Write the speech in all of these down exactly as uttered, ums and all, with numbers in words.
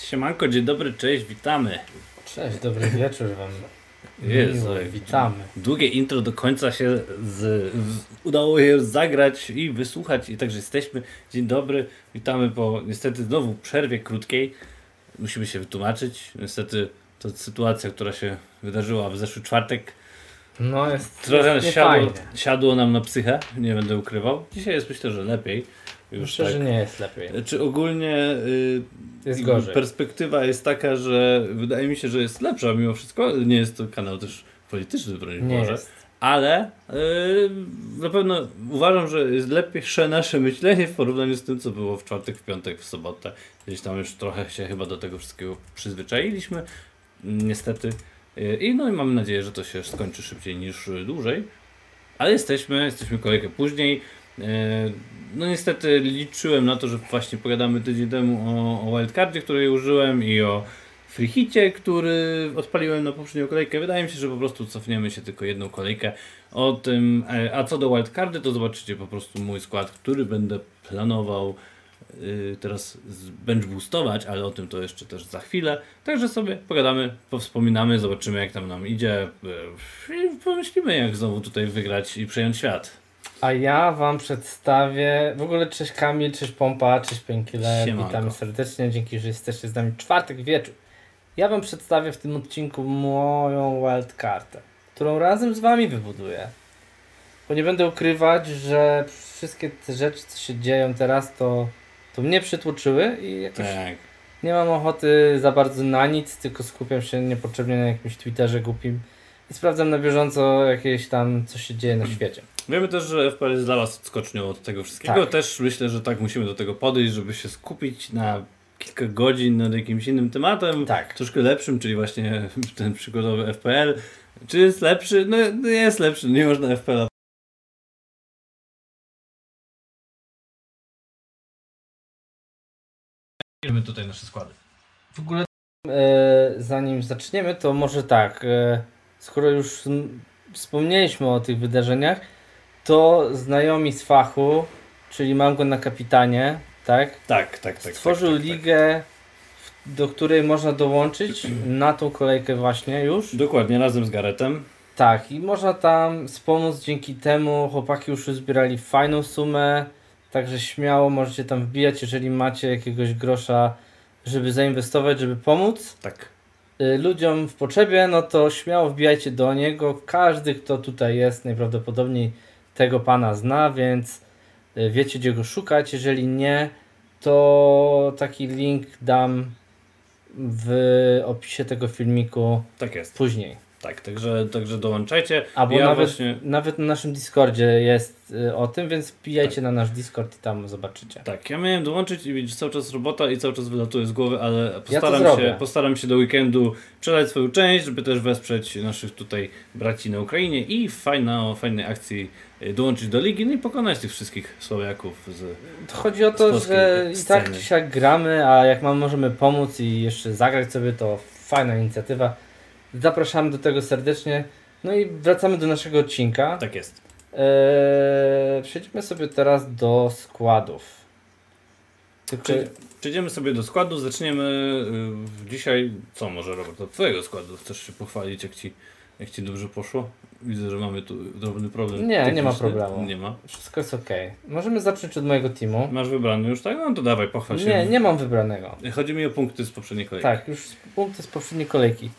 Siemanko, dzień dobry, cześć, witamy. Cześć, dobry wieczór wam. Jezu, Miło, witamy. Długie intro do końca się z, z, udało je zagrać i wysłuchać i także jesteśmy. Dzień dobry, witamy po niestety znowu przerwie krótkiej. Musimy się wytłumaczyć. Niestety to sytuacja, która się wydarzyła w zeszły czwartek. No jest Trochę jest siadło, siadło nam na psychę, nie będę ukrywał. Dzisiaj jest myślę, że lepiej. Już Myślę, tak. że nie jest lepiej. Czy ogólnie y, jest gorzej. Perspektywa jest taka, że wydaje mi się, że jest lepsza mimo wszystko. Nie jest to kanał też polityczny, broń nie Boże. Jest. Ale y, na pewno uważam, że jest lepsze nasze myślenie w porównaniu z tym, co było w czwartek, w piątek, w sobotę. Gdzieś tam już trochę się chyba do tego wszystkiego przyzwyczailiśmy. Niestety. Y, I no i mamy nadzieję, że to się skończy szybciej niż dłużej. Ale jesteśmy, jesteśmy kolejkę później. No niestety liczyłem na to, że właśnie pogadamy tydzień temu o, o wildcardzie, której użyłem i o free hicie, który odpaliłem na poprzednią kolejkę. Wydaje mi się, że po prostu cofniemy się tylko jedną kolejkę o tym. A co do wildcardy, to zobaczycie po prostu mój skład, który będę planował yy, teraz bench boostować, ale o tym to jeszcze też za chwilę. Także sobie pogadamy, powspominamy, zobaczymy jak tam nam idzie yy, i pomyślimy jak znowu tutaj wygrać i przejąć świat. A ja wam przedstawię, w ogóle cześć Kamil, cześć Pompa, cześć Painkiller, witamy serdecznie, dzięki, że jesteście z nami czwartek wieczór. Ja wam przedstawię w tym odcinku moją wildcartę, którą razem z wami wybuduję. Bo nie będę ukrywać, że wszystkie te rzeczy, co się dzieją teraz, to, to mnie przytłoczyły i jakoś tak. nie mam ochoty za bardzo na nic, tylko skupiam się niepotrzebnie na jakimś Twitterze głupim i sprawdzam na bieżąco jakieś tam, co się dzieje na świecie. Wiemy też, że F P L jest dla was odskocznią od tego wszystkiego. Tak. Też myślę, że tak musimy do tego podejść, żeby się skupić na kilka godzin nad jakimś innym tematem. Tak. Troszkę lepszym, czyli właśnie ten przykładowy F P L. Czy jest lepszy? No jest lepszy, nie można F P L-a. Wiemy tutaj nasze składy. W ogóle e, zanim zaczniemy, to może tak, e, skoro już wspomnieliśmy o tych wydarzeniach, to znajomi z fachu, czyli mam go na kapitanie, tak? Tak, tak, tak. Stworzył tak, tak, ligę, tak. do której można dołączyć na tą kolejkę właśnie już. Dokładnie, razem z Garetem. Tak, i można tam wspomóc dzięki temu. Chłopaki już zbierali fajną sumę, także śmiało możecie tam wbijać, jeżeli macie jakiegoś grosza, żeby zainwestować, żeby pomóc. Tak. Ludziom w potrzebie, no to śmiało wbijajcie do niego. Każdy, kto tutaj jest, najprawdopodobniej tego pana zna, więc wiecie, gdzie go szukać. Jeżeli nie, to taki link dam w opisie tego filmiku. Tak jest. Później. Tak, także, także dołączajcie. Albo ja nawet, właśnie... nawet na naszym Discordzie jest y, o tym, więc wbijajcie tak. na nasz Discord i tam zobaczycie. Tak, ja miałem dołączyć i widzisz, cały czas robota i cały czas wylatuje z głowy, ale postaram, ja się, postaram się do weekendu przelać swoją część, żeby też wesprzeć naszych tutaj braci na Ukrainie i fajna, o fajnej akcji dołączyć do ligi, no i pokonać tych wszystkich słabiaków z Chodzi o to, że i tak dzisiaj gramy, a jak mam, możemy pomóc i jeszcze zagrać sobie, to fajna inicjatywa. Zapraszamy do tego serdecznie. No i wracamy do naszego odcinka. Tak jest. Eee, przejdziemy sobie teraz do składów. Tylko... Przejdziemy sobie do składu. Zaczniemy y, dzisiaj. Co może, Robert, od twojego składu? Chcesz się pochwalić, jak ci, jak ci dobrze poszło? Widzę, że mamy tu drobny problem. Nie, nie ma problemu. Nie ma. Wszystko jest ok. Możemy zacząć od mojego teamu. Masz wybrany już, tak? No to dawaj, pochwal się. Nie, nie mam wybranego. Chodzi mi o punkty z poprzedniej kolejki. Tak, już punkty z poprzedniej kolejki.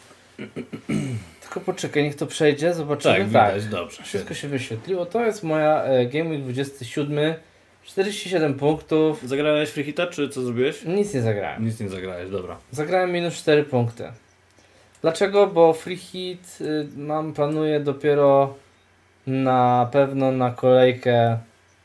Tylko poczekaj, niech to przejdzie, zobaczymy. Tak, widać, tak. Dobrze. Wszystko świetnie się wyświetliło. To jest moja e, Game Week dwudziesty siódmy. czterdzieści siedem punktów. Zagrałeś free hita, czy co zrobiłeś? Nic nie zagrałem. Nic nie zagrałeś, dobra. Zagrałem minus cztery punkty. Dlaczego? Bo free hit y, mam, planuję dopiero na pewno na kolejkę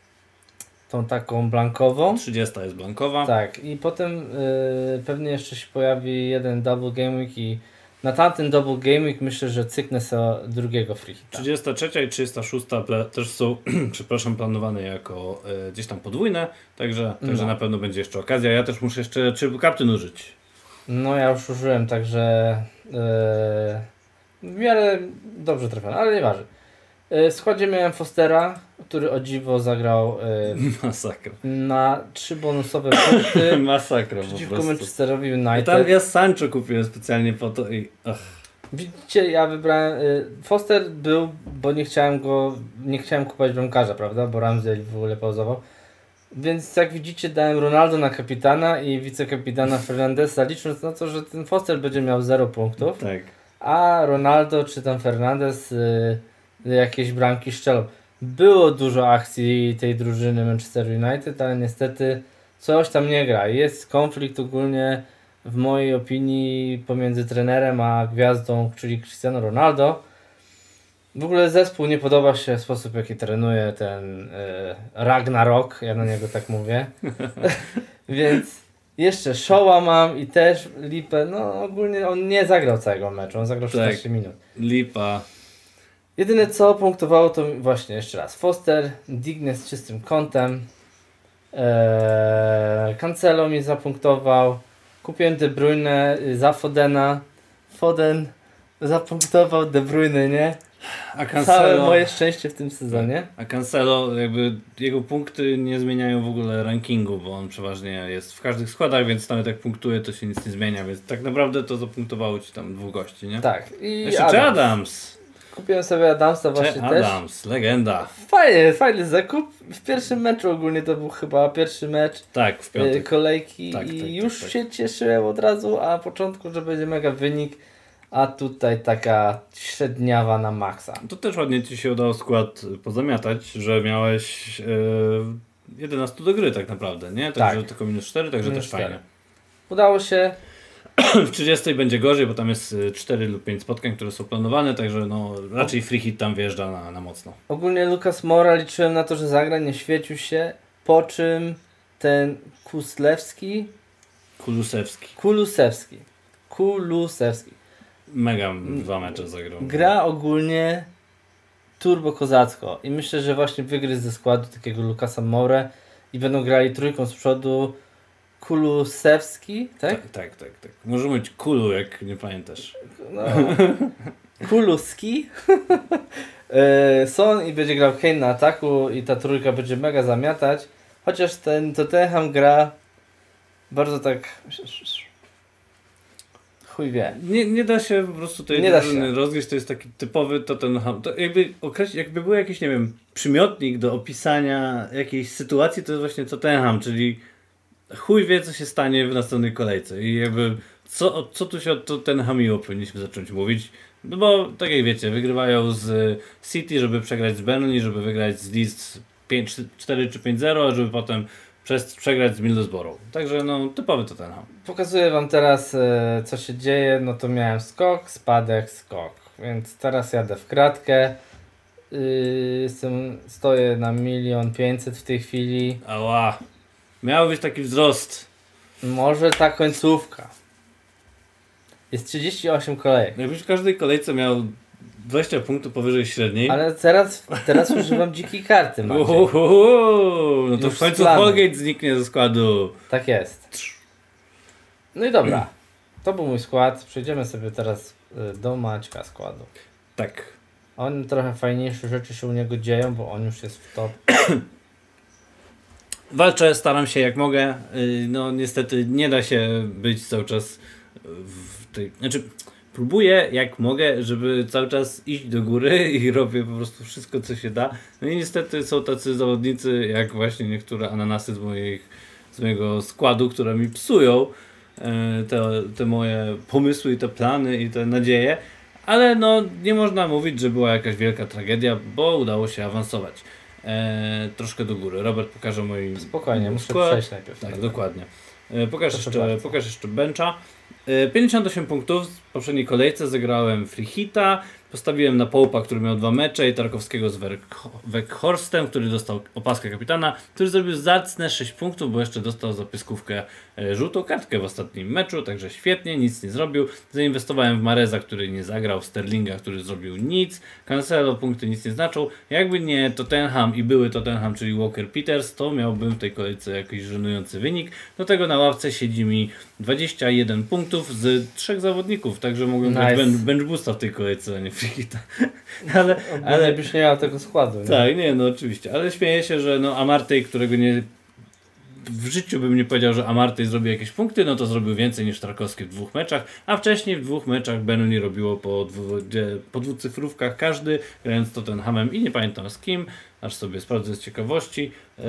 tą taką blankową. trzydziesta jest blankowa. Tak, i potem y, pewnie jeszcze się pojawi jeden double game week i na tamten double game week myślę, że cyknę sobie drugiego free hita. trzydziesta trzecia i trzydziesta szósta też są, przepraszam, planowane jako y, gdzieś tam podwójne, także, także no. Na pewno będzie jeszcze okazja. Ja też muszę jeszcze triple captain użyć. No ja już użyłem, także yy, w miarę dobrze trafione, ale nieważne. W składzie miałem Fostera, który o dziwo zagrał y, Masakra. na trzy bonusowe punkty. Masakra przeciwko Manchesterowi United. Tam ja Sancho kupiłem specjalnie po to i... Ach. Widzicie, ja wybrałem... Y, Foster był, bo nie chciałem go... Nie chciałem kupować bramkarza, prawda? Bo Ramsdale w ogóle pauzował. Więc jak widzicie, dałem Ronaldo na kapitana i wicekapitana Fernandesa, licząc na to, że ten Foster będzie miał zero punktów. Tak. A Ronaldo czy tam Fernandes y, jakieś bramki strzelą. Było dużo akcji tej drużyny Manchester United, ale niestety coś tam nie gra. Jest konflikt ogólnie w mojej opinii pomiędzy trenerem a gwiazdą, czyli Cristiano Ronaldo. W ogóle zespół nie podoba się sposób, w jaki trenuje ten y, Ragnarok, ja na niego tak mówię. Więc jeszcze Shaw'a mam i też lipę. No ogólnie on nie zagrał całego meczu, on zagrał szesnaście minut. Lipa. Jedyne co punktowało to właśnie jeszcze raz Foster, Digne z czystym kątem, eee, Cancelo mi zapunktował, kupiłem De Bruyne za Fodena, Foden zapunktował De Bruyne, nie? A Cancelo, całe moje szczęście w tym sezonie. A Cancelo, jakby jego punkty nie zmieniają w ogóle rankingu, bo on przeważnie jest w każdych składach, więc nawet jak punktuje, to się nic nie zmienia, więc tak naprawdę to zapunktowało ci tam dwóch gości, nie? Tak. I jeszcze Adams. Adams. Kupiłem sobie Adamsa właśnie Che też. Adams, legenda. Fajny, fajny zakup. W pierwszym meczu ogólnie to był chyba pierwszy mecz tak, w piątek. kolejki tak, i tak, już tak, tak. się cieszyłem od razu, a na początku, że będzie mega wynik, a tutaj taka średniawa na maksa. To też ładnie ci się udało skład pozamiatać, że miałeś yy, jedenaście do gry tak naprawdę, nie? Także tak. tylko minus cztery, także minus też cztery. fajnie. Udało się. W trzydziestej będzie gorzej, bo tam jest cztery lub pięć spotkań, które są planowane, także no raczej free hit tam wjeżdża na, na mocno. Ogólnie Lucas Moura liczyłem na to, że zagra, nie świecił się, po czym ten Kuslewski Kulusewski. Kulusewski Kulusewski Mega dwa mecze zagrał. Gra ogólnie turbo kozacko i myślę, że właśnie wygryzł ze składu takiego Lucasa Mourę i będą grali trójką z przodu. Kulusewski, tak? Tak, tak, tak, tak. Może być Kulu, jak nie pamiętasz. No. Kuluski. Son i będzie grał Kane na ataku i ta trójka będzie mega zamiatać. Chociaż ten Tottenham gra bardzo tak... Chuj wie. Nie, nie da się po prostu tej nie drużyny rozgryźć, to jest taki typowy Tottenham. To jakby, określić, jakby był jakiś, nie wiem, przymiotnik do opisania jakiejś sytuacji, to jest właśnie Tottenham, czyli chuj wie, co się stanie w następnej kolejce i jakby co, co tu się od Tottenhamiło powinniśmy zacząć mówić, no bo tak jak wiecie, wygrywają z City, żeby przegrać z Burnley, żeby wygrać z Leeds pięć cztery czy pięć zero, żeby potem przez, przegrać z Middlesbrough. Także no typowy Tottenham. Pokazuję wam teraz e, co się dzieje, no to miałem skok, spadek, skok, więc teraz jadę w kratkę. Yy, jestem, stoję na milion pięćset w tej chwili. Ała. Miał być taki wzrost. Może ta końcówka. Jest trzydzieści osiem kolejek. Jakbyś w każdej kolejce miał dwadzieścia punktów powyżej średniej. Ale teraz, teraz używam dzikiej karty. Uhuhu, no to Już w końcu planu. Holgate zniknie ze składu. Tak jest. No i dobra. To był mój skład. Przejdziemy sobie teraz do Maćka składu. Tak. On trochę fajniejsze rzeczy się u niego dzieją, bo on już jest w top. Walczę, staram się jak mogę. No niestety nie da się być cały czas w tej... Znaczy próbuję jak mogę, żeby cały czas iść do góry i robię po prostu wszystko, co się da. No i niestety są tacy zawodnicy, jak właśnie niektóre ananasy z, moich, z mojego składu, które mi psują te, te moje pomysły i te plany i te nadzieje. Ale no nie można mówić, że była jakaś wielka tragedia, bo udało się awansować. E, troszkę do góry. Robert pokaże mój Spokojnie, muszę skład. przejść najpierw. Tak, dokładnie. E, pokaż, jeszcze, bardzo. pokaż jeszcze bencha. E, pięćdziesiąt osiem punktów w poprzedniej kolejce zagrałem free hita. Postawiłem na Połpa, który miał dwa mecze i Tarkowskiego z Weghorsten, który dostał opaskę kapitana, który zrobił zacne sześć punktów, bo jeszcze dostał za pyskówkę e, żółtą kartkę w ostatnim meczu, także świetnie, nic nie zrobił. Zainwestowałem w Mareza, który nie zagrał, Sterlinga, który zrobił nic, Cancelo punkty nic nie znaczą. Jakby nie Tottenham i były Tottenham, czyli Walker Peters, to miałbym w tej kolejce jakiś żenujący wynik. Do tego na ławce siedzi mi dwadzieścia jeden punktów z trzech zawodników, także mogłem nice. grać bench, bench boosta w tej kolejce, a nie Szpikita. ale, ale byś nie miał tego składu. Nie? Tak, nie, no oczywiście. Ale śmieję się, że no Amartey, którego nie w życiu bym nie powiedział, że Amartey zrobił jakieś punkty, no to zrobił więcej niż Tarkowski w dwóch meczach, a wcześniej w dwóch meczach Burnley robiło po, dwu, po dwóch cyfrówkach każdy, grając z Tottenhamem i nie pamiętam z kim, aż sobie sprawdzę z ciekawości,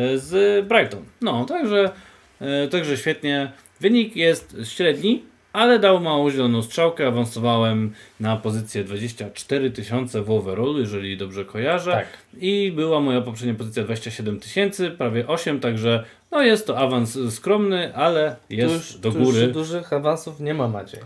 z Brighton. No, także, także świetnie. Wynik jest średni, ale dał małą zieloną strzałkę, awansowałem na pozycję dwadzieścia cztery tysiące w overallu, jeżeli dobrze kojarzę. Tak. I była moja poprzednia pozycja dwadzieścia siedem tysięcy, prawie osiem, także no jest to awans skromny, ale jest Tuż, do góry. Tuż dużych awansów nie ma, Maciej.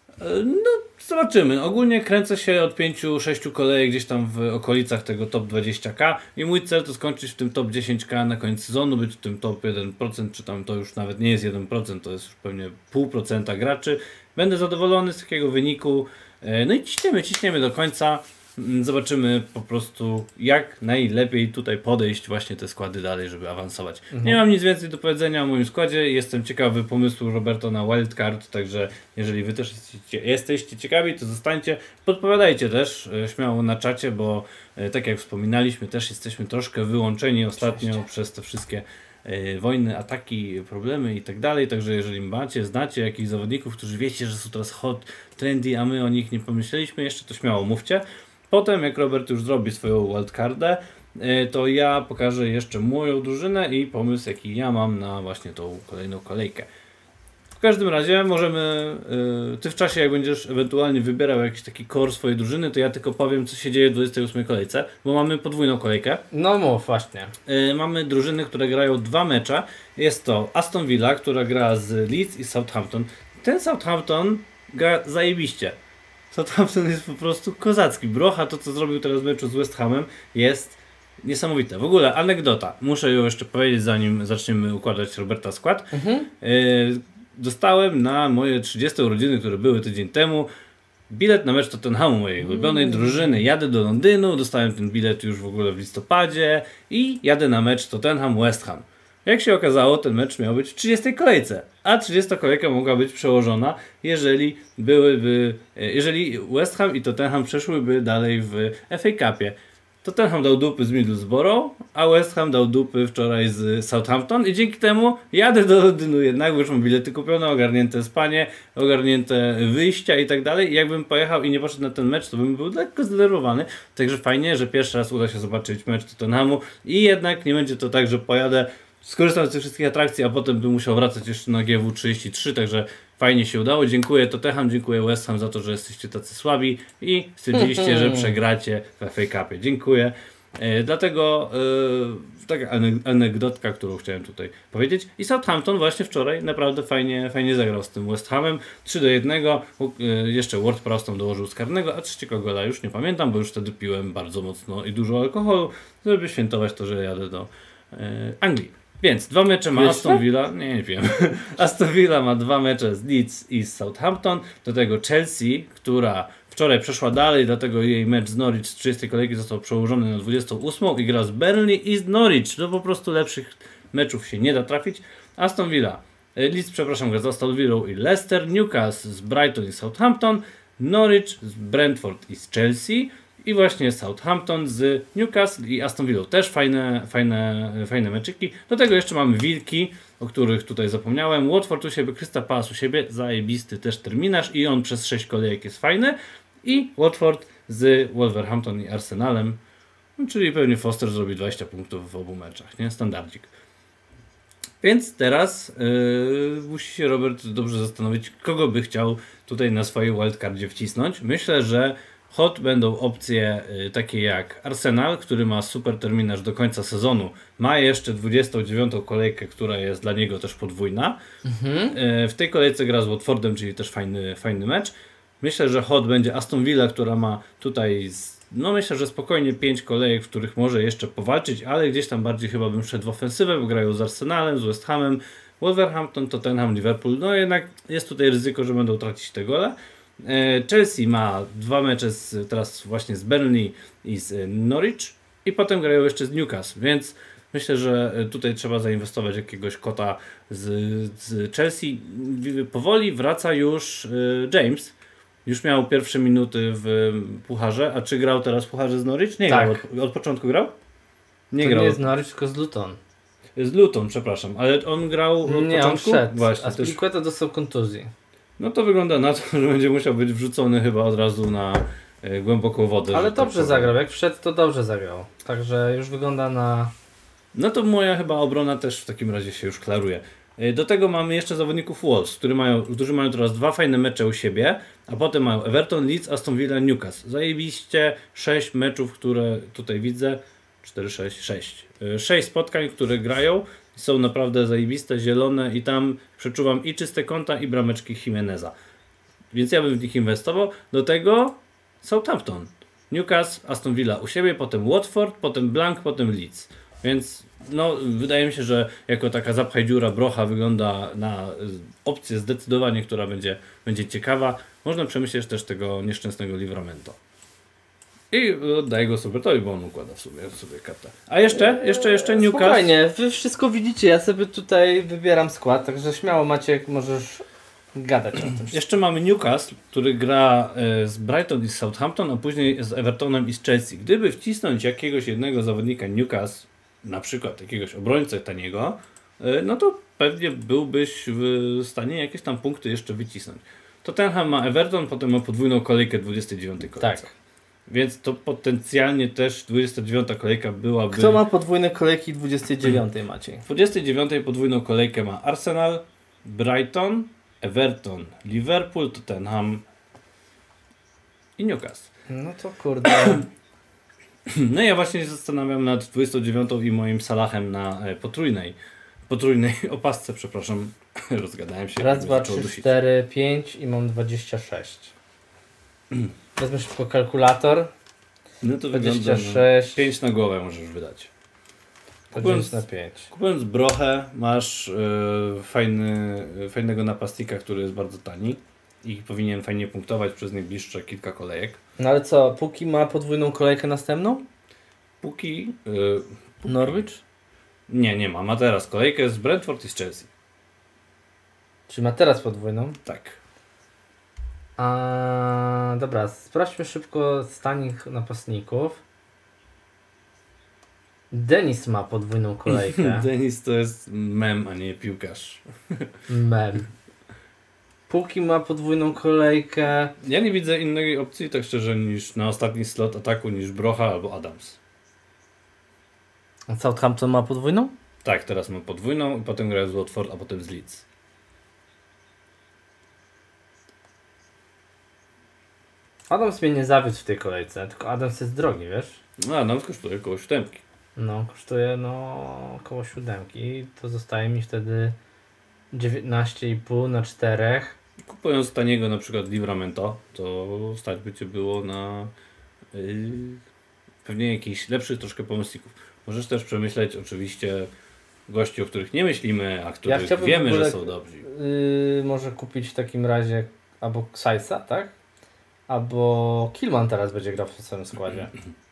No zobaczymy. Ogólnie kręcę się od pięciu sześciu kolejek gdzieś tam w okolicach tego top dwadzieścia ka i mój cel to skończyć w tym top dziesięć ka na koniec sezonu, być w tym top jeden procent, czy tam to już nawet nie jest jeden procent, to jest już pewnie pół procenta graczy. Będę zadowolony z takiego wyniku. No i ciśniemy, ciśniemy do końca. Zobaczymy po prostu jak najlepiej tutaj podejść właśnie te składy dalej, żeby awansować. Mhm. Nie mam nic więcej do powiedzenia o moim składzie. Jestem ciekawy pomysłu Roberto na wildcard, także jeżeli wy też jesteście, jesteście ciekawi, to zostańcie. Podpowiadajcie też e, śmiało na czacie, bo e, tak jak wspominaliśmy, też jesteśmy troszkę wyłączeni ostatnio Oczywiście. przez te wszystkie e, wojny, ataki, problemy i tak dalej. Także jeżeli macie, znacie jakichś zawodników, którzy wiecie, że są teraz hot, trendy, a my o nich nie pomyśleliśmy jeszcze, to śmiało mówcie. Potem, jak Robert już zrobi swoją wildcardę, to ja pokażę jeszcze moją drużynę i pomysł, jaki ja mam na właśnie tą kolejną kolejkę. W każdym razie możemy, ty w czasie, jak będziesz ewentualnie wybierał jakiś taki core swojej drużyny, to ja tylko powiem, co się dzieje w dwudziestej ósmej kolejce, bo mamy podwójną kolejkę. No mów, właśnie. Mamy drużyny, które grają dwa mecze. Jest to Aston Villa, która gra z Leeds i Southampton. Ten Southampton gra zajebiście. Southampton jest po prostu kozacki. Brocha, to co zrobił teraz w meczu z West Hamem, jest niesamowite. W ogóle anegdota. Muszę ją jeszcze powiedzieć, zanim zaczniemy układać Roberta skład. Mhm. Yy, dostałem na moje trzydzieste urodziny, które były tydzień temu, bilet na mecz Tottenhamu, mojej ulubionej mm. drużyny. Jadę do Londynu, dostałem ten bilet już w ogóle w listopadzie i jadę na mecz Tottenham-West Ham. Jak się okazało, ten mecz miał być w trzydziestej kolejce, a trzydziesta kolejka mogła być przełożona, jeżeli byłyby, jeżeli West Ham i Tottenham przeszłyby dalej w F A Cupie. Tottenham dał dupy z Middlesbrough, a West Ham dał dupy wczoraj z Southampton i dzięki temu jadę do Londynu jednak, bo już mam bilety kupione, ogarnięte spanie, ogarnięte wyjścia i tak dalej. I jakbym pojechał i nie poszedł na ten mecz, to bym był lekko zdenerwowany. Także fajnie, że pierwszy raz uda się zobaczyć mecz Tottenhamu i jednak nie będzie to tak, że pojadę, skorzystam z tych wszystkich atrakcji, a potem bym musiał wracać jeszcze na G W trzydzieści trzy, także fajnie się udało. Dziękuję Tottenham, dziękuję West Ham za to, że jesteście tacy słabi i stwierdziliście, że przegracie w F A Cupie. Dziękuję. E, dlatego e, taka anegdotka, którą chciałem tutaj powiedzieć. I Southampton właśnie wczoraj naprawdę fajnie, fajnie zagrał z tym West Hamem. trzy do jednego. E, jeszcze Ward Prowse dołożył z karnego, a trzeciego gola już nie pamiętam, bo już wtedy piłem bardzo mocno i dużo alkoholu, żeby świętować to, że jadę do e, Anglii. Więc dwa mecze ma Aston Villa, nie, nie wiem, Aston Villa ma dwa mecze z Leeds i z Southampton, do tego Chelsea, która wczoraj przeszła dalej, dlatego jej mecz z Norwich z trzydziestej kolejki został przełożony na dwudziestą ósmą i gra z Burnley i z Norwich, to po prostu lepszych meczów się nie da trafić. Aston Villa, Leeds, przepraszam, gra z Aston Villą i Leicester, Newcastle z Brighton i Southampton, Norwich z Brentford i z Chelsea, i właśnie Southampton z Newcastle i Aston Villa. Też fajne, fajne, fajne meczyki. Do tego jeszcze mamy Wilki, o których tutaj zapomniałem. Watford u siebie, Crystal Palace u siebie. Zajebisty też terminarz i on przez sześć kolejek jest fajny. I Watford z Wolverhampton i Arsenalem. No, czyli pewnie Foster zrobi dwadzieścia punktów w obu meczach, nie? Standardzik. Więc teraz yy, musi się Robert dobrze zastanowić, kogo by chciał tutaj na swojej wildcardzie wcisnąć. Myślę, że hot będą opcje y, takie jak Arsenal, który ma super terminarz do końca sezonu. Ma jeszcze dwudziestą dziewiątą kolejkę, która jest dla niego też podwójna. Mhm. Y, w tej kolejce gra z Watfordem, czyli też fajny, fajny mecz. Myślę, że hot będzie Aston Villa, która ma tutaj, z, no myślę, że spokojnie pięć kolejek, w których może jeszcze powalczyć, ale gdzieś tam bardziej chyba bym szedł w ofensywę, bo grają z Arsenalem, z West Hamem, Wolverhampton, Tottenham, Liverpool. No jednak jest tutaj ryzyko, że będą tracić te gole. Chelsea ma dwa mecze z, teraz właśnie z Burnley i z Norwich i potem grają jeszcze z Newcastle, więc myślę, że tutaj trzeba zainwestować jakiegoś kota z, z Chelsea. Powoli wraca już James, Już miał pierwsze minuty w Pucharze, a czy grał teraz w Pucharze z Norwich? Nie tak. grał. Od, od początku grał? Nie to grał. Nie jest Norwich, tylko z Luton. Z Luton, przepraszam, ale on grał od nie, początku? On szedł, Właśnie, a Spilicueta też... dostał kontuzji. No to wygląda na to, że będzie musiał być wrzucony chyba od razu na e, głęboką wodę. Ale dobrze tak zagrał, jak wszedł to dobrze zagrał. Także już wygląda na... No to moja chyba obrona też w takim razie się już klaruje. Do tego mamy jeszcze zawodników Wolves, którzy mają, którzy mają teraz dwa fajne mecze u siebie, a potem mają Everton, Leeds, Aston Villa, Newcastle. Zajebiście sześć meczów, które tutaj widzę. cztery, sześć, sześć. sześć spotkań, które grają. Są naprawdę zajebiste, zielone i tam przeczuwam i czyste konta, i brameczki Jimeneza. Więc ja bym w nich inwestował. Do tego Southampton, Newcastle, Aston Villa u siebie, potem Watford, potem Blank, potem Leeds. Więc no, wydaje mi się, że jako taka zapchaj dziura brocha wygląda na opcję zdecydowanie, która będzie, będzie ciekawa. Można przemyśleć też tego nieszczęsnego Livramento. I oddaję go Robertowi, bo on układa w sobie, w sobie kartę. A jeszcze, jeszcze, jeszcze Newcastle. Spokojnie, wy wszystko widzicie, ja sobie tutaj wybieram skład, także śmiało Maciek, możesz gadać o tym. Jeszcze mamy Newcastle, który gra z Brighton i z Southampton, a później z Evertonem i z Chelsea. Gdyby wcisnąć jakiegoś jednego zawodnika Newcastle, na przykład jakiegoś obrońcę taniego, no to pewnie byłbyś w stanie jakieś tam punkty jeszcze wycisnąć. Tottenham ma Everton, potem ma podwójną kolejkę dwudziestej dziewiątej kolejce. Tak. Więc to potencjalnie też dwudziesta dziewiąta kolejka byłaby... Kto ma podwójne kolejki dwudziestej dziewiątej, Maciej? dwudziestej dziewiątej podwójną kolejkę ma Arsenal, Brighton, Everton, Liverpool, Tottenham i Newcastle. No to kurde... No ja właśnie się zastanawiam nad dwudziestą dziewiątą i moim Salahem na e, potrójnej, potrójnej opasce, przepraszam, rozgadałem się. Raz, dwa, trzy, cztery, pięć i mam dwadzieścia sześć. Wezmę szybko kalkulator. No to dwadzieścia sześć. No, pięć na głowę możesz wydać. Kupując na pięć. Kupując brochę masz e, fajny, fajnego napastnika, który jest bardzo tani i powinien fajnie punktować przez najbliższe kilka kolejek. No ale co, Puki ma podwójną kolejkę następną? Puki... E, Puki. Norwich? Nie, nie ma. Ma teraz kolejkę z Brentford i z Chelsea. Czyli ma teraz podwójną? Tak. A, dobra, sprawdźmy szybko stan ich napastników. Denis ma podwójną kolejkę. Denis to jest mem, a nie piłkarz. Mem. Puki ma podwójną kolejkę. Ja nie widzę innej opcji, tak szczerze, niż na ostatni slot ataku, niż Brocha albo Adams. A Southampton ma podwójną? Tak, teraz ma podwójną i potem gra z Watford, a potem z Leeds. Adams mnie nie zawiódł w tej kolejce, tylko Adams jest drogi, wiesz? No, Adams kosztuje około siódemki. No, kosztuje no około siódemki i to zostaje mi wtedy dziewiętnaście i pół na czterech. Kupując taniego na przykład Livramento, to stać by Cię było na yy, pewnie jakichś lepszych troszkę pomocników. Możesz też przemyśleć oczywiście gości, o których nie myślimy, a których ja wiemy, ogóle, że są dobrzy. Yy, może kupić w takim razie albo Ksajsa, tak? Albo Kilman teraz będzie grał w swoim składzie.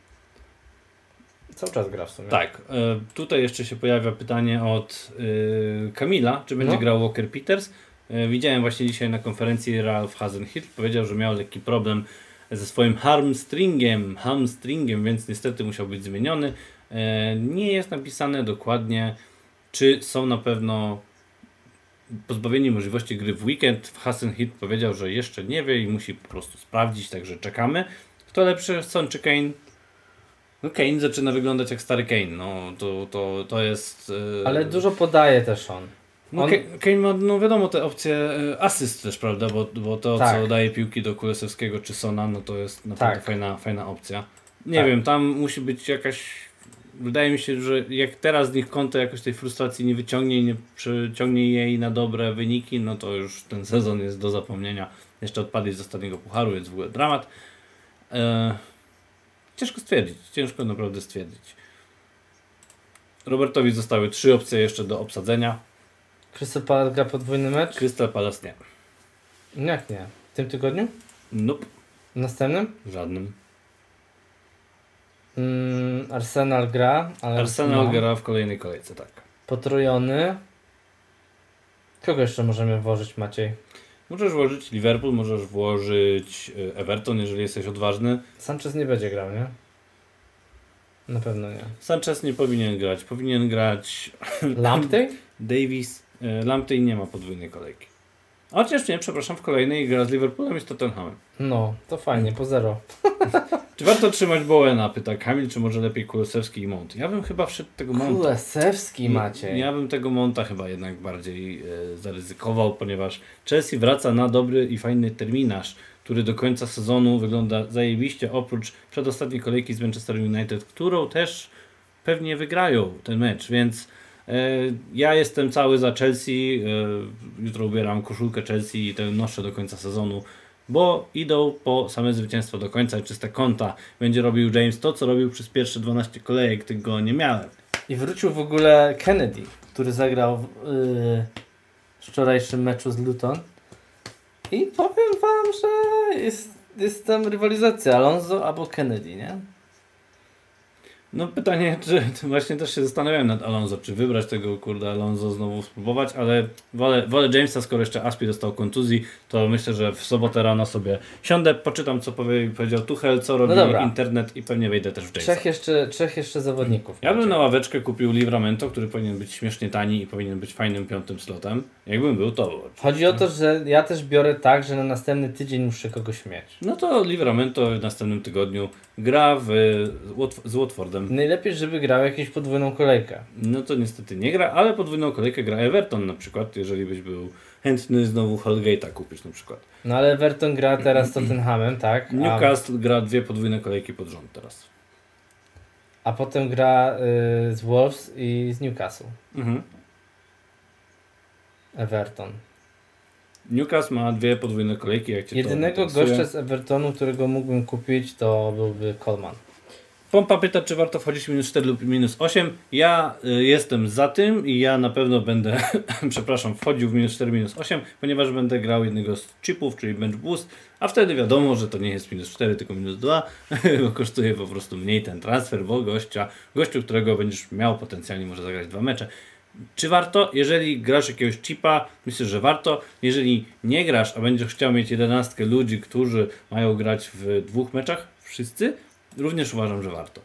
Cały czas gra w sumie. Tak. Y, tutaj jeszcze się pojawia pytanie od y, Kamila, czy będzie no. grał Walker Peters. Y, widziałem właśnie dzisiaj na konferencji Ralph Hasenhüttl. Powiedział, że miał lekki problem ze swoim hamstringiem, hamstringiem, więc niestety musiał być zmieniony. Y, nie jest napisane dokładnie, czy są na pewno pozbawieni możliwości gry w weekend. Hasenhüttl powiedział, że jeszcze nie wie i musi po prostu sprawdzić, także czekamy. Kto lepszy, Son czy Kane? No Kane zaczyna wyglądać jak stary Kane, no to, to, to jest... Yy... Ale dużo podaje też on. No, on... Kane ma, no wiadomo, te opcje asyst też, prawda, bo, bo to tak. co daje piłki do Kulesewskiego czy Sona, no to jest naprawdę tak. fajna, fajna opcja. Nie tak. wiem, tam musi być jakaś... Wydaje mi się, że jak teraz z nich Conte jakoś tej frustracji nie wyciągnie i nie przyciągnie jej na dobre wyniki, no to już ten sezon jest do zapomnienia. Jeszcze odpadli z ostatniego pucharu, więc w ogóle dramat. E... Ciężko stwierdzić, ciężko naprawdę stwierdzić. Robertowi zostały trzy opcje jeszcze do obsadzenia. Crystal Palace gra podwójny mecz? Crystal Palace nie. Jak nie? W tym tygodniu? Nope. W następnym? Żadnym. Mm, Arsenal gra, ale... Arsenal no. gra w kolejnej kolejce, tak. Potrojony. Kogo jeszcze możemy włożyć, Maciej? Możesz włożyć Liverpool, możesz włożyć Everton, jeżeli jesteś odważny. Sanchez nie będzie grał, nie? Na pewno nie. Sanchez nie powinien grać. Powinien grać Lamptey? Davies. Lamptey nie ma podwójnej kolejki. Chociaż nie, przepraszam, w kolejnej gra z Liverpoolem i z Tottenhamem. No, to fajnie, po zero. Czy warto trzymać Bowena? Pyta Kamil, czy może lepiej Kulesewski i Mount? Ja bym chyba wszedł tego Mounta. Kulesewski Maciej. Ja bym tego Mounta chyba jednak bardziej e, zaryzykował, ponieważ Chelsea wraca na dobry i fajny terminarz, który do końca sezonu wygląda zajebiście, oprócz przedostatniej kolejki z Manchester United, którą też pewnie wygrają ten mecz, więc e, ja jestem cały za Chelsea, e, jutro ubieram koszulkę Chelsea i tę noszę do końca sezonu, bo idą po same zwycięstwo do końca i czyste konta. Będzie robił James to, co robił przez pierwsze dwanaście kolejek, tego nie miałem. I wrócił w ogóle Kennedy, który zagrał w yy, wczorajszym meczu z Luton. I powiem wam, że jest, jest tam rywalizacja Alonso albo Kennedy, nie? No pytanie, czy właśnie też się zastanawiałem nad Alonso, czy wybrać tego kurde Alonso znowu spróbować, ale wolę, wolę Jamesa, skoro jeszcze Aspi dostał kontuzji, to myślę, że w sobotę rano sobie siądę, poczytam co powie, powiedział Tuchel, co robi no internet i pewnie wejdę też w Jamesa. Trzech jeszcze, trzech jeszcze zawodników. Ja bym na ławeczkę kupił Livramento, który powinien być śmiesznie tani i powinien być fajnym piątym slotem. Jakbym był, to było. Chodzi o to, że ja też biorę tak, że na następny tydzień muszę kogoś mieć. No to Livramento w następnym tygodniu gra w, z Watfordem. Najlepiej, żeby grał jakąś podwójną kolejkę. No to niestety nie gra, ale podwójną kolejkę gra Everton na przykład, jeżeli byś był chętny znowu Holgate'a kupić na przykład. No ale Everton gra teraz z Tottenhamem, tak? A... Newcastle gra dwie podwójne kolejki pod rząd teraz. A potem gra y, z Wolves i z Newcastle. Mhm. Everton. Newcastle ma dwie podwójne kolejki, jak cię Jedynego to gościa z Evertonu, którego mógłbym kupić, to byłby Coleman. Pompa pyta, czy warto wchodzić minus cztery lub minus osiem. Ja y, jestem za tym i ja na pewno będę, przepraszam, wchodził w minus cztery, minus osiem, ponieważ będę grał jednego z chipów, czyli bench boost, a wtedy wiadomo, że to nie jest minus cztery, tylko minus dwa, bo kosztuje po prostu mniej ten transfer, bo gościa, gościu, którego będziesz miał potencjalnie może zagrać dwa mecze. Czy warto? Jeżeli grasz jakiegoś chipa, myślę, że warto. Jeżeli nie grasz, a będziesz chciał mieć jedenastkę ludzi, którzy mają grać w dwóch meczach, wszyscy, również uważam, że warto.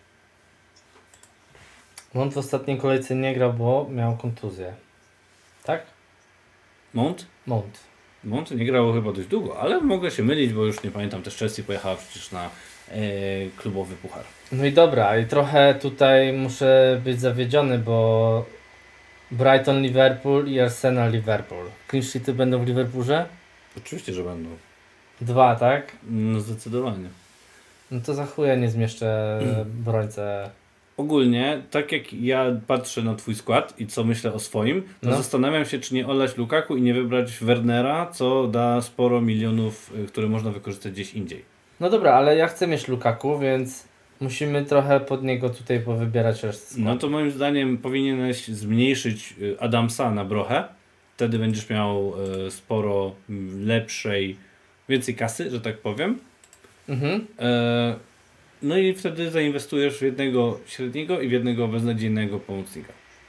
Mount w ostatniej kolejce nie grał, bo miał kontuzję. Tak? Mount? Mount. Mount nie grał chyba dość długo, ale mogę się mylić, bo już nie pamiętam, też Chelsea pojechała przecież na e, klubowy puchar. No i dobra, i trochę tutaj muszę być zawiedziony, bo Brighton Liverpool i Arsenal Liverpool. Clean sheety będą w Liverpoolze? Oczywiście, że będą. Dwa, tak? No zdecydowanie. No to za chuja nie zmieszczę brońce. Ogólnie, tak jak ja patrzę na twój skład i co myślę o swoim, to no. zastanawiam się, czy nie olać Lukaku i nie wybrać Wernera, co da sporo milionów, które można wykorzystać gdzieś indziej. No dobra, ale ja chcę mieć Lukaku, więc musimy trochę pod niego tutaj powybierać resztę składu. No to moim zdaniem powinieneś zmniejszyć Adamsa na Brochę. Wtedy będziesz miał sporo lepszej, więcej kasy, że tak powiem. Mhm. E, no i wtedy zainwestujesz w jednego średniego i w jednego beznadziejnego pomocnika.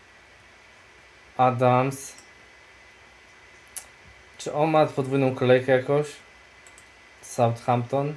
Adams. Czy on ma podwójną kolejkę jakoś? Southampton.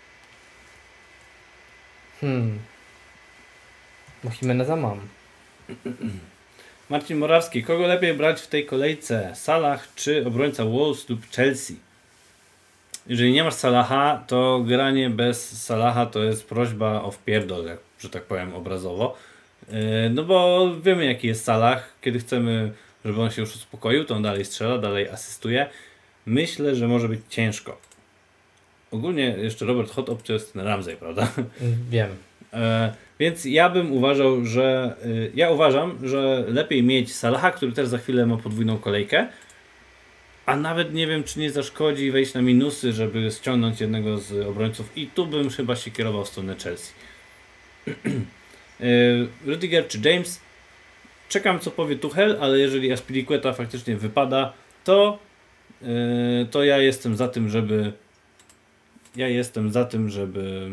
Hmm. Bo Jimeneza mam. Marcin Morawski. Kogo lepiej brać w tej kolejce? Salah czy obrońca Wolves lub Chelsea? Jeżeli nie masz Salaha, to granie bez Salaha to jest prośba o wpierdol, jak, że tak powiem obrazowo. Yy, no bo wiemy jaki jest Salah. Kiedy chcemy, żeby on się już uspokoił, to on dalej strzela, dalej asystuje. Myślę, że może być ciężko. Ogólnie jeszcze Robert Hot opcja jest ten Ramsey, prawda? Wiem. Yy, więc ja bym uważał, że yy, ja uważam, że lepiej mieć Salaha, który też za chwilę ma podwójną kolejkę. A nawet nie wiem, czy nie zaszkodzi wejść na minusy, żeby ściągnąć jednego z obrońców. I tu bym chyba się kierował w stronę Chelsea. Rudiger czy James? Czekam, co powie Tuchel, ale jeżeli Azpilicueta faktycznie wypada, to, yy, to ja jestem za tym, żeby ja jestem za tym, żeby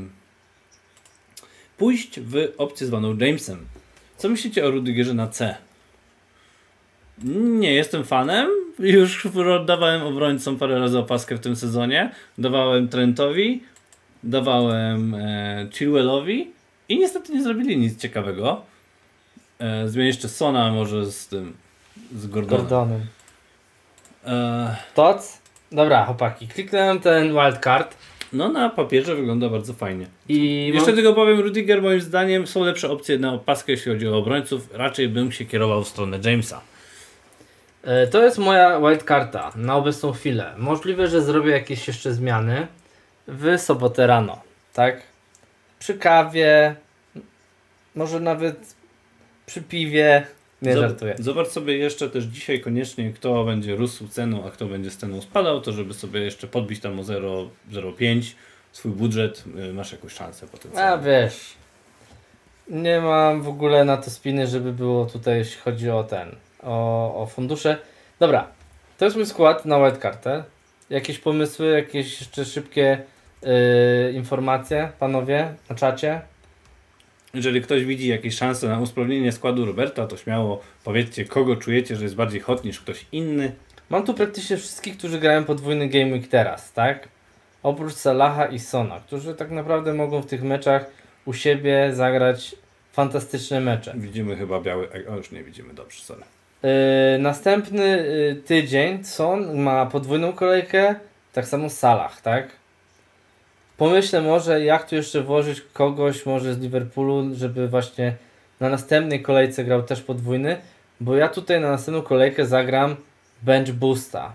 pójść w opcję zwaną Jamesem. Co myślicie o Rudigerze na C? Nie jestem fanem, już dawałem obrońcom parę razy opaskę w tym sezonie. Dawałem Trentowi, dawałem e, Chilwellowi i niestety nie zrobili nic ciekawego. E, zmienię jeszcze Sona może z tym, z Gordonem. Gordonem. E... Toc? Dobra, chłopaki, kliknąłem ten wildcard. No na papierze wygląda bardzo fajnie. I Jeszcze mam... tylko powiem, Rudiger moim zdaniem są lepsze opcje na opaskę, jeśli chodzi o obrońców. Raczej bym się kierował w stronę Jamesa. E, to jest moja wildcarda na obecną chwilę. Możliwe, że zrobię jakieś jeszcze zmiany w sobotę rano, tak? Przy kawie, może nawet przy piwie. Nie Zob- żartuję. Zobacz sobie jeszcze też dzisiaj koniecznie, kto będzie rósł ceną, a kto będzie z ceną spadał, to żeby sobie jeszcze podbić tam o zero przecinek pięć swój budżet, yy, masz jakąś szansę potencjalnie. A wiesz, nie mam w ogóle na to spiny, żeby było tutaj, jeśli chodzi o ten, o, o fundusze. Dobra, to jest mój skład na wildcartę. Jakieś pomysły, jakieś jeszcze szybkie yy, informacje, panowie, na czacie? Jeżeli ktoś widzi jakieś szanse na usprawnienie składu Roberta, to śmiało powiedzcie, kogo czujecie, że jest bardziej hot niż ktoś inny. Mam tu praktycznie wszystkich, którzy grają podwójny Game Week teraz, tak? Oprócz Salaha i Sona, którzy tak naprawdę mogą w tych meczach u siebie zagrać fantastyczne mecze. Widzimy chyba biały... O, już nie widzimy, dobrze, sorry. Yy, następny yy, tydzień Son ma podwójną kolejkę, tak samo Salah, tak? Pomyślę może, jak tu jeszcze włożyć kogoś może z Liverpoolu, żeby właśnie na następnej kolejce grał też podwójny, bo ja tutaj na następną kolejkę zagram bench boosta.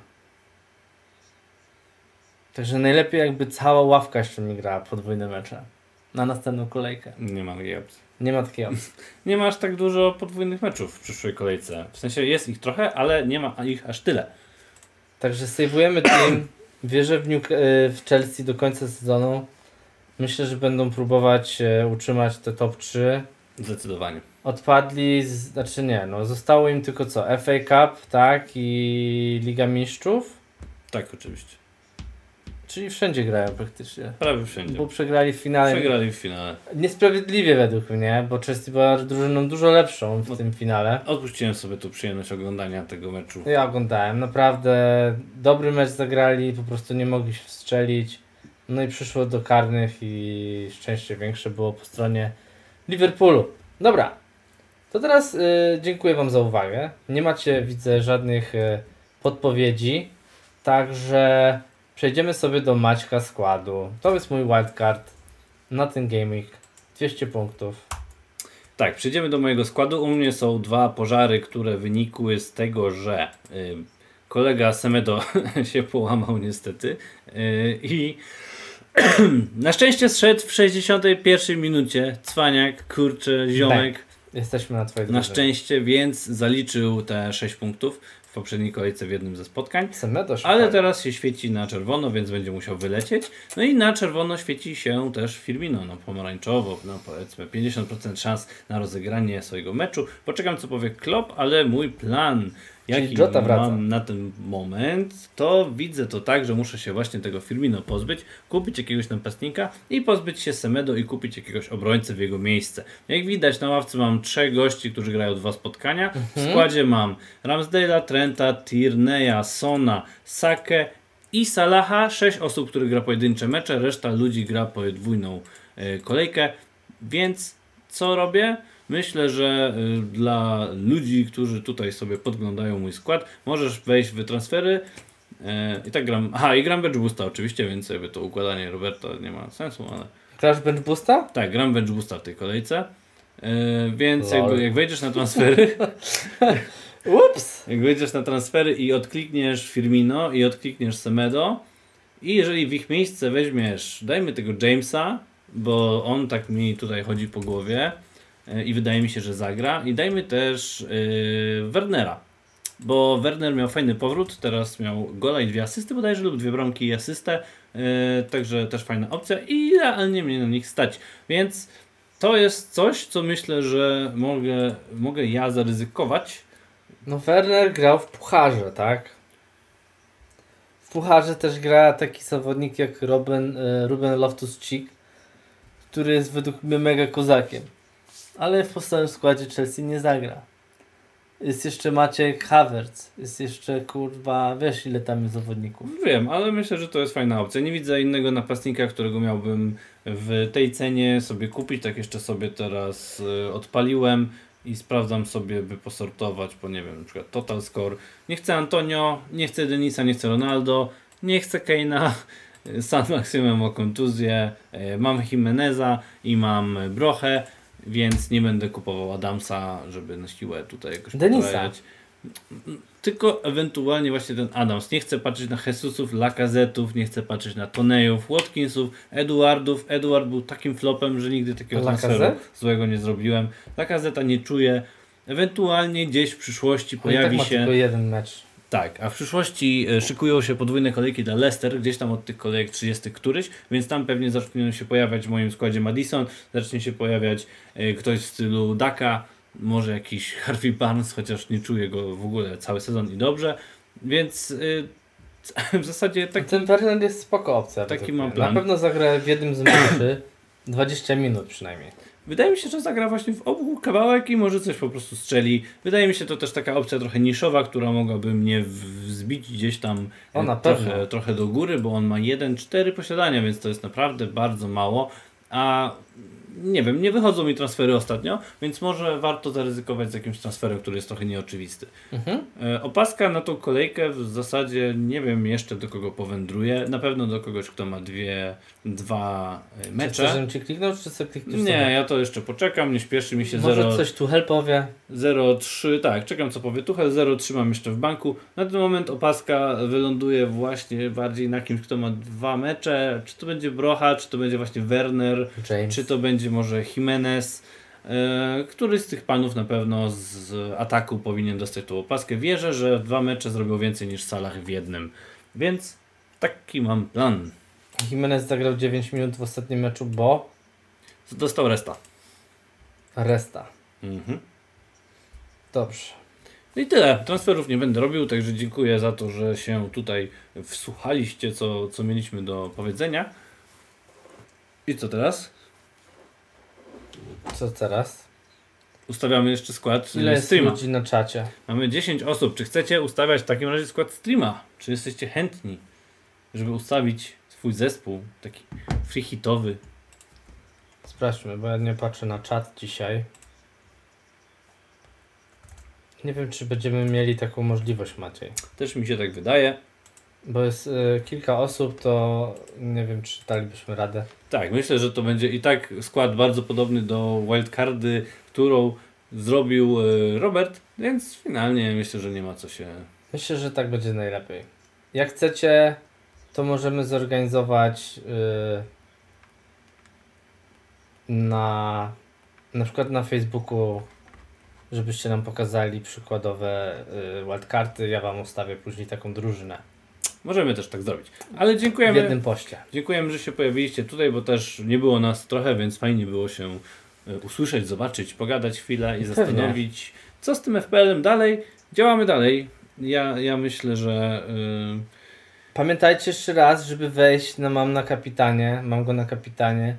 Także najlepiej jakby cała ławka jeszcze mi grała podwójne mecze na następną kolejkę. Nie ma takiej opcji. Nie ma takiej opcji. Nie ma aż tak dużo podwójnych meczów w przyszłej kolejce. W sensie jest ich trochę, ale nie ma ich aż tyle. Także sejwujemy team. Wierzę w, New, w Chelsea do końca sezonu. Myślę, że będą próbować utrzymać te top trzy. Zdecydowanie. Odpadli, z, znaczy nie, no zostało im tylko co? F A Cup, tak? I Liga Mistrzów. Tak, oczywiście. Czyli wszędzie grają praktycznie. Prawie wszędzie. Bo przegrali w finale. Przegrali w finale. Niesprawiedliwie według mnie, bo Chelsea była drużyną dużo lepszą w Bo tym finale. Odpuściłem sobie tu przyjemność oglądania tego meczu. Ja oglądałem, naprawdę dobry mecz zagrali, po prostu nie mogli się wstrzelić. No i przyszło do karnych i szczęście większe było po stronie Liverpoolu. Dobra, to teraz y, dziękuję Wam za uwagę. Nie macie, widzę, żadnych y, podpowiedzi, także przejdziemy sobie do Maćka składu. To jest mój wildcard na ten Game Week. dwieście punktów. Tak, przejdziemy do mojego składu. U mnie są dwa pożary, które wynikły z tego, że y, kolega Semedo się połamał niestety y, i na szczęście zszedł w sześćdziesiątej pierwszej minucie. Cwaniak, kurczę, ziomek. Bang. Jesteśmy na Twojej Na szczęście, więc zaliczył te sześć punktów w poprzedniej kolejce w jednym ze spotkań. Semedo się Ale pali. teraz się świeci na czerwono, więc będzie musiał wylecieć. No i na czerwono świeci się też Firmino, na pomarańczowo, no powiedzmy pięćdziesiąt procent szans na rozegranie swojego meczu. Poczekam, co powie Klopp, ale mój plan, jaki Jota wraca. mam na ten moment, to widzę to tak, że muszę się właśnie tego Firmino pozbyć, kupić jakiegoś napastnika i pozbyć się Semedo i kupić jakiegoś obrońcę w jego miejsce. Jak widać, na ławce mam trzech gości, którzy grają dwa spotkania. W składzie mam Ramsdale'a, Trenta, Tierney'a, Sona, Sakę i Salaha. Sześć osób, których gra pojedyncze mecze, reszta ludzi gra podwójną y, kolejkę. Więc co robię? Myślę, że y, dla ludzi, którzy tutaj sobie podglądają mój skład, możesz wejść w transfery y, i tak gram. Aha, i gram bench boosta oczywiście, więc jakby to układanie Roberta nie ma sensu, ale Grasz bench boosta? tak, gram bench boosta w tej kolejce. Y, więc Lol. jakby, jak wejdziesz na transfery, Ups! jak wejdziesz na transfery i odklikniesz Firmino i odklikniesz Semedo i jeżeli w ich miejsce weźmiesz, dajmy tego Jamesa, bo on tak mi tutaj chodzi po głowie i wydaje mi się, że zagra. I dajmy też yy, Wernera, bo Werner miał fajny powrót, teraz miał gola i dwie asysty bodajże, lub dwie bramki i asystę, yy, także też fajna opcja i idealnie mnie na nich stać. Więc to jest coś, co myślę, że mogę, mogę ja zaryzykować. No Werner grał w pucharze, tak? W pucharze też gra taki zawodnik jak Ruben, y, Ruben Loftus-Cheek, który jest według mnie mega kozakiem. Ale w podstawowym składzie Chelsea nie zagra. jest jeszcze Maciek Havertz, jest jeszcze kurwa, wiesz ile tam jest zawodników. Wiem, ale myślę, że to jest fajna opcja. Nie widzę innego napastnika, którego miałbym w tej cenie sobie kupić. Tak jeszcze sobie teraz y, odpaliłem i sprawdzam sobie, by posortować po, nie wiem, na przykład Total Score. Nie chcę Antonio, nie chcę Denisa, nie chcę Ronaldo, nie chcę Kane'a. San Maximum o kontuzję, y, mam Jimeneza i mam Brochę, więc nie będę kupował Adamsa, żeby na siłę tutaj jakoś Denisa. potrajać. Tylko ewentualnie właśnie ten Adams. Nie chcę patrzeć na Jesusów, Lacazette'ów, nie chcę patrzeć na Tonejów, Watkinsów, Eduardów. Eduard był takim flopem, że nigdy takiego transferu Lacazette? złego nie zrobiłem. Lacazetta nie czuję. Ewentualnie gdzieś w przyszłości On pojawi i tak ma się... tylko jeden mecz. Tak, a w przyszłości e, szykują się podwójne kolejki dla Leicester, gdzieś tam od tych kolejek trzydzieści któryś, więc tam pewnie zaczną się pojawiać w moim składzie Maddison, zacznie się pojawiać e, ktoś w stylu Daka, może jakiś Harvey Barnes, chociaż nie czuję go w ogóle cały sezon i dobrze, więc e, w zasadzie tak... Ten Werner jest spoko opcja. Taki według mam mnie. plan. Na pewno zagra w jednym z meczy dwadzieścia minut przynajmniej. Wydaje mi się, że zagra właśnie w obu kawałek i może coś po prostu strzeli. Wydaje mi się to też taka opcja trochę niszowa, która mogłaby mnie wzbić gdzieś tam O, na trochę, pewno. trochę do góry, bo on ma jeden cztery posiadania, więc to jest naprawdę bardzo mało. A nie wiem, nie wychodzą mi transfery ostatnio, więc może warto zaryzykować z jakimś transferem, który jest trochę nieoczywisty. Mhm. E, Opaska na tą kolejkę w zasadzie nie wiem jeszcze do kogo powędruje. Na pewno do kogoś, kto ma dwie, dwa e, Czy mecze. chcesz, żebym ci kliknął, czy sobie klikniesz Nie, sobie? ja to jeszcze poczekam, nie śpieszy mi się. Może zero coś tu help powie. zero trzy, tak, czekam co powie Tuchel, zero trzy mam jeszcze w banku. Na ten moment Opaska wyląduje właśnie bardziej na kimś, kto ma dwa mecze. Czy to będzie Brocha, czy to będzie właśnie Werner, James. czy to będzie może Jimenez. E, który z tych panów na pewno z ataku powinien dostać tą opaskę. Wierzę, że dwa mecze zrobią więcej niż Salah w jednym. Więc taki mam plan. Jimenez zagrał dziewięć minut w ostatnim meczu, bo Dostał resta. resta. Mhm. Dobrze. No i tyle. Transferów nie będę robił, także dziękuję za to, że się tutaj wsłuchaliście, co, co mieliśmy do powiedzenia. I co teraz? Co teraz? Ustawiamy jeszcze skład Ile jest streama. ludzi na czacie? Mamy dziesięć osób. Czy chcecie ustawiać w takim razie skład streama? Czy jesteście chętni, żeby ustawić swój zespół, taki free hitowy? Sprawdźmy, bo ja nie patrzę na czat dzisiaj. Nie wiem, czy będziemy mieli taką możliwość, Maciej. Też mi się tak wydaje. Bo jest y, kilka osób, to nie wiem, czy dalibyśmy radę. Tak, myślę, że to będzie i tak skład bardzo podobny do wildcardy, którą zrobił e, Robert, więc finalnie myślę, że nie ma co się... Myślę, że tak będzie najlepiej. Jak chcecie, to możemy zorganizować yy, na na przykład na Facebooku, żebyście nam pokazali przykładowe yy, wildcardy. Ja wam ustawię później taką drużynę. Możemy też tak zrobić. Ale W dziękujemy, jednym poście. dziękujemy, że się pojawiliście tutaj, bo też nie było nas trochę, więc fajnie było się e, usłyszeć, zobaczyć, pogadać chwilę i Pewnie. zastanowić, co z tym F P L-em dalej. Działamy dalej. Ja, ja myślę, że... Yy, Pamiętajcie jeszcze raz, żeby wejść na Mam na Kapitanie. Mam go na Kapitanie.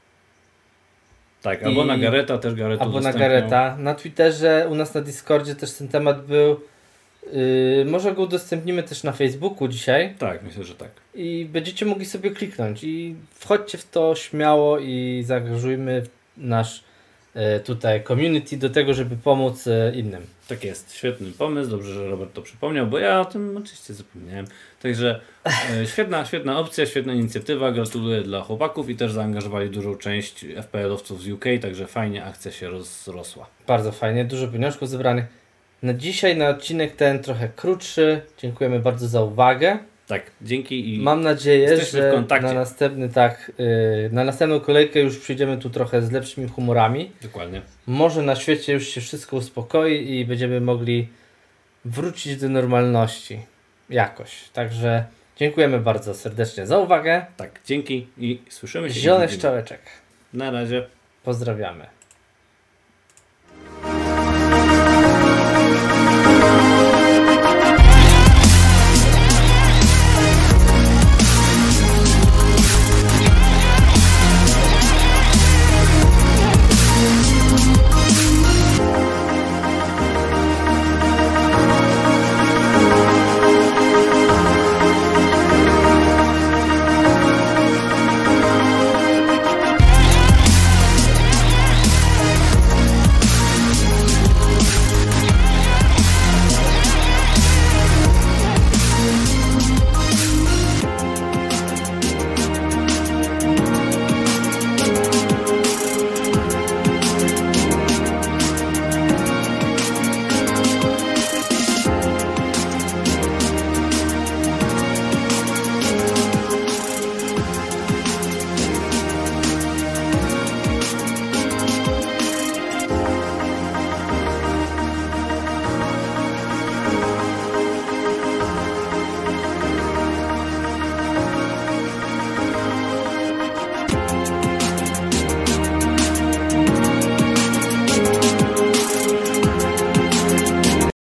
tak, albo I- na Gareta, też Gareta Albo na udostępniał. Gareta. Na Twitterze, u nas na Discordzie też ten temat był. Yy, może go udostępnimy też na Facebooku dzisiaj. Tak, myślę, że tak. I będziecie mogli sobie kliknąć. I wchodźcie w to śmiało i zaangażujmy nasz yy, tutaj community do tego, żeby pomóc yy, innym. Tak jest, świetny pomysł, dobrze, że Robert to przypomniał, bo ja o tym oczywiście zapomniałem. Także e, świetna, świetna opcja, świetna inicjatywa, gratuluję dla chłopaków i też zaangażowali dużą część F P L-owców z U K, także fajnie akcja się rozrosła. Bardzo fajnie, dużo pieniążków zebranych. Na dzisiaj, na odcinek ten trochę krótszy. Dziękujemy bardzo za uwagę. Tak, dzięki i Mam nadzieję, jesteśmy w że kontakcie. na następny tak, yy, na następną kolejkę już przyjdziemy tu trochę z lepszymi humorami. dokładnie. Może na świecie już się wszystko uspokoi i będziemy mogli wrócić do normalności jakoś. Także dziękujemy bardzo serdecznie za uwagę. Tak, dzięki i słyszymy się. Zielony i widzimy. szczałeczek. Na razie. Pozdrawiamy.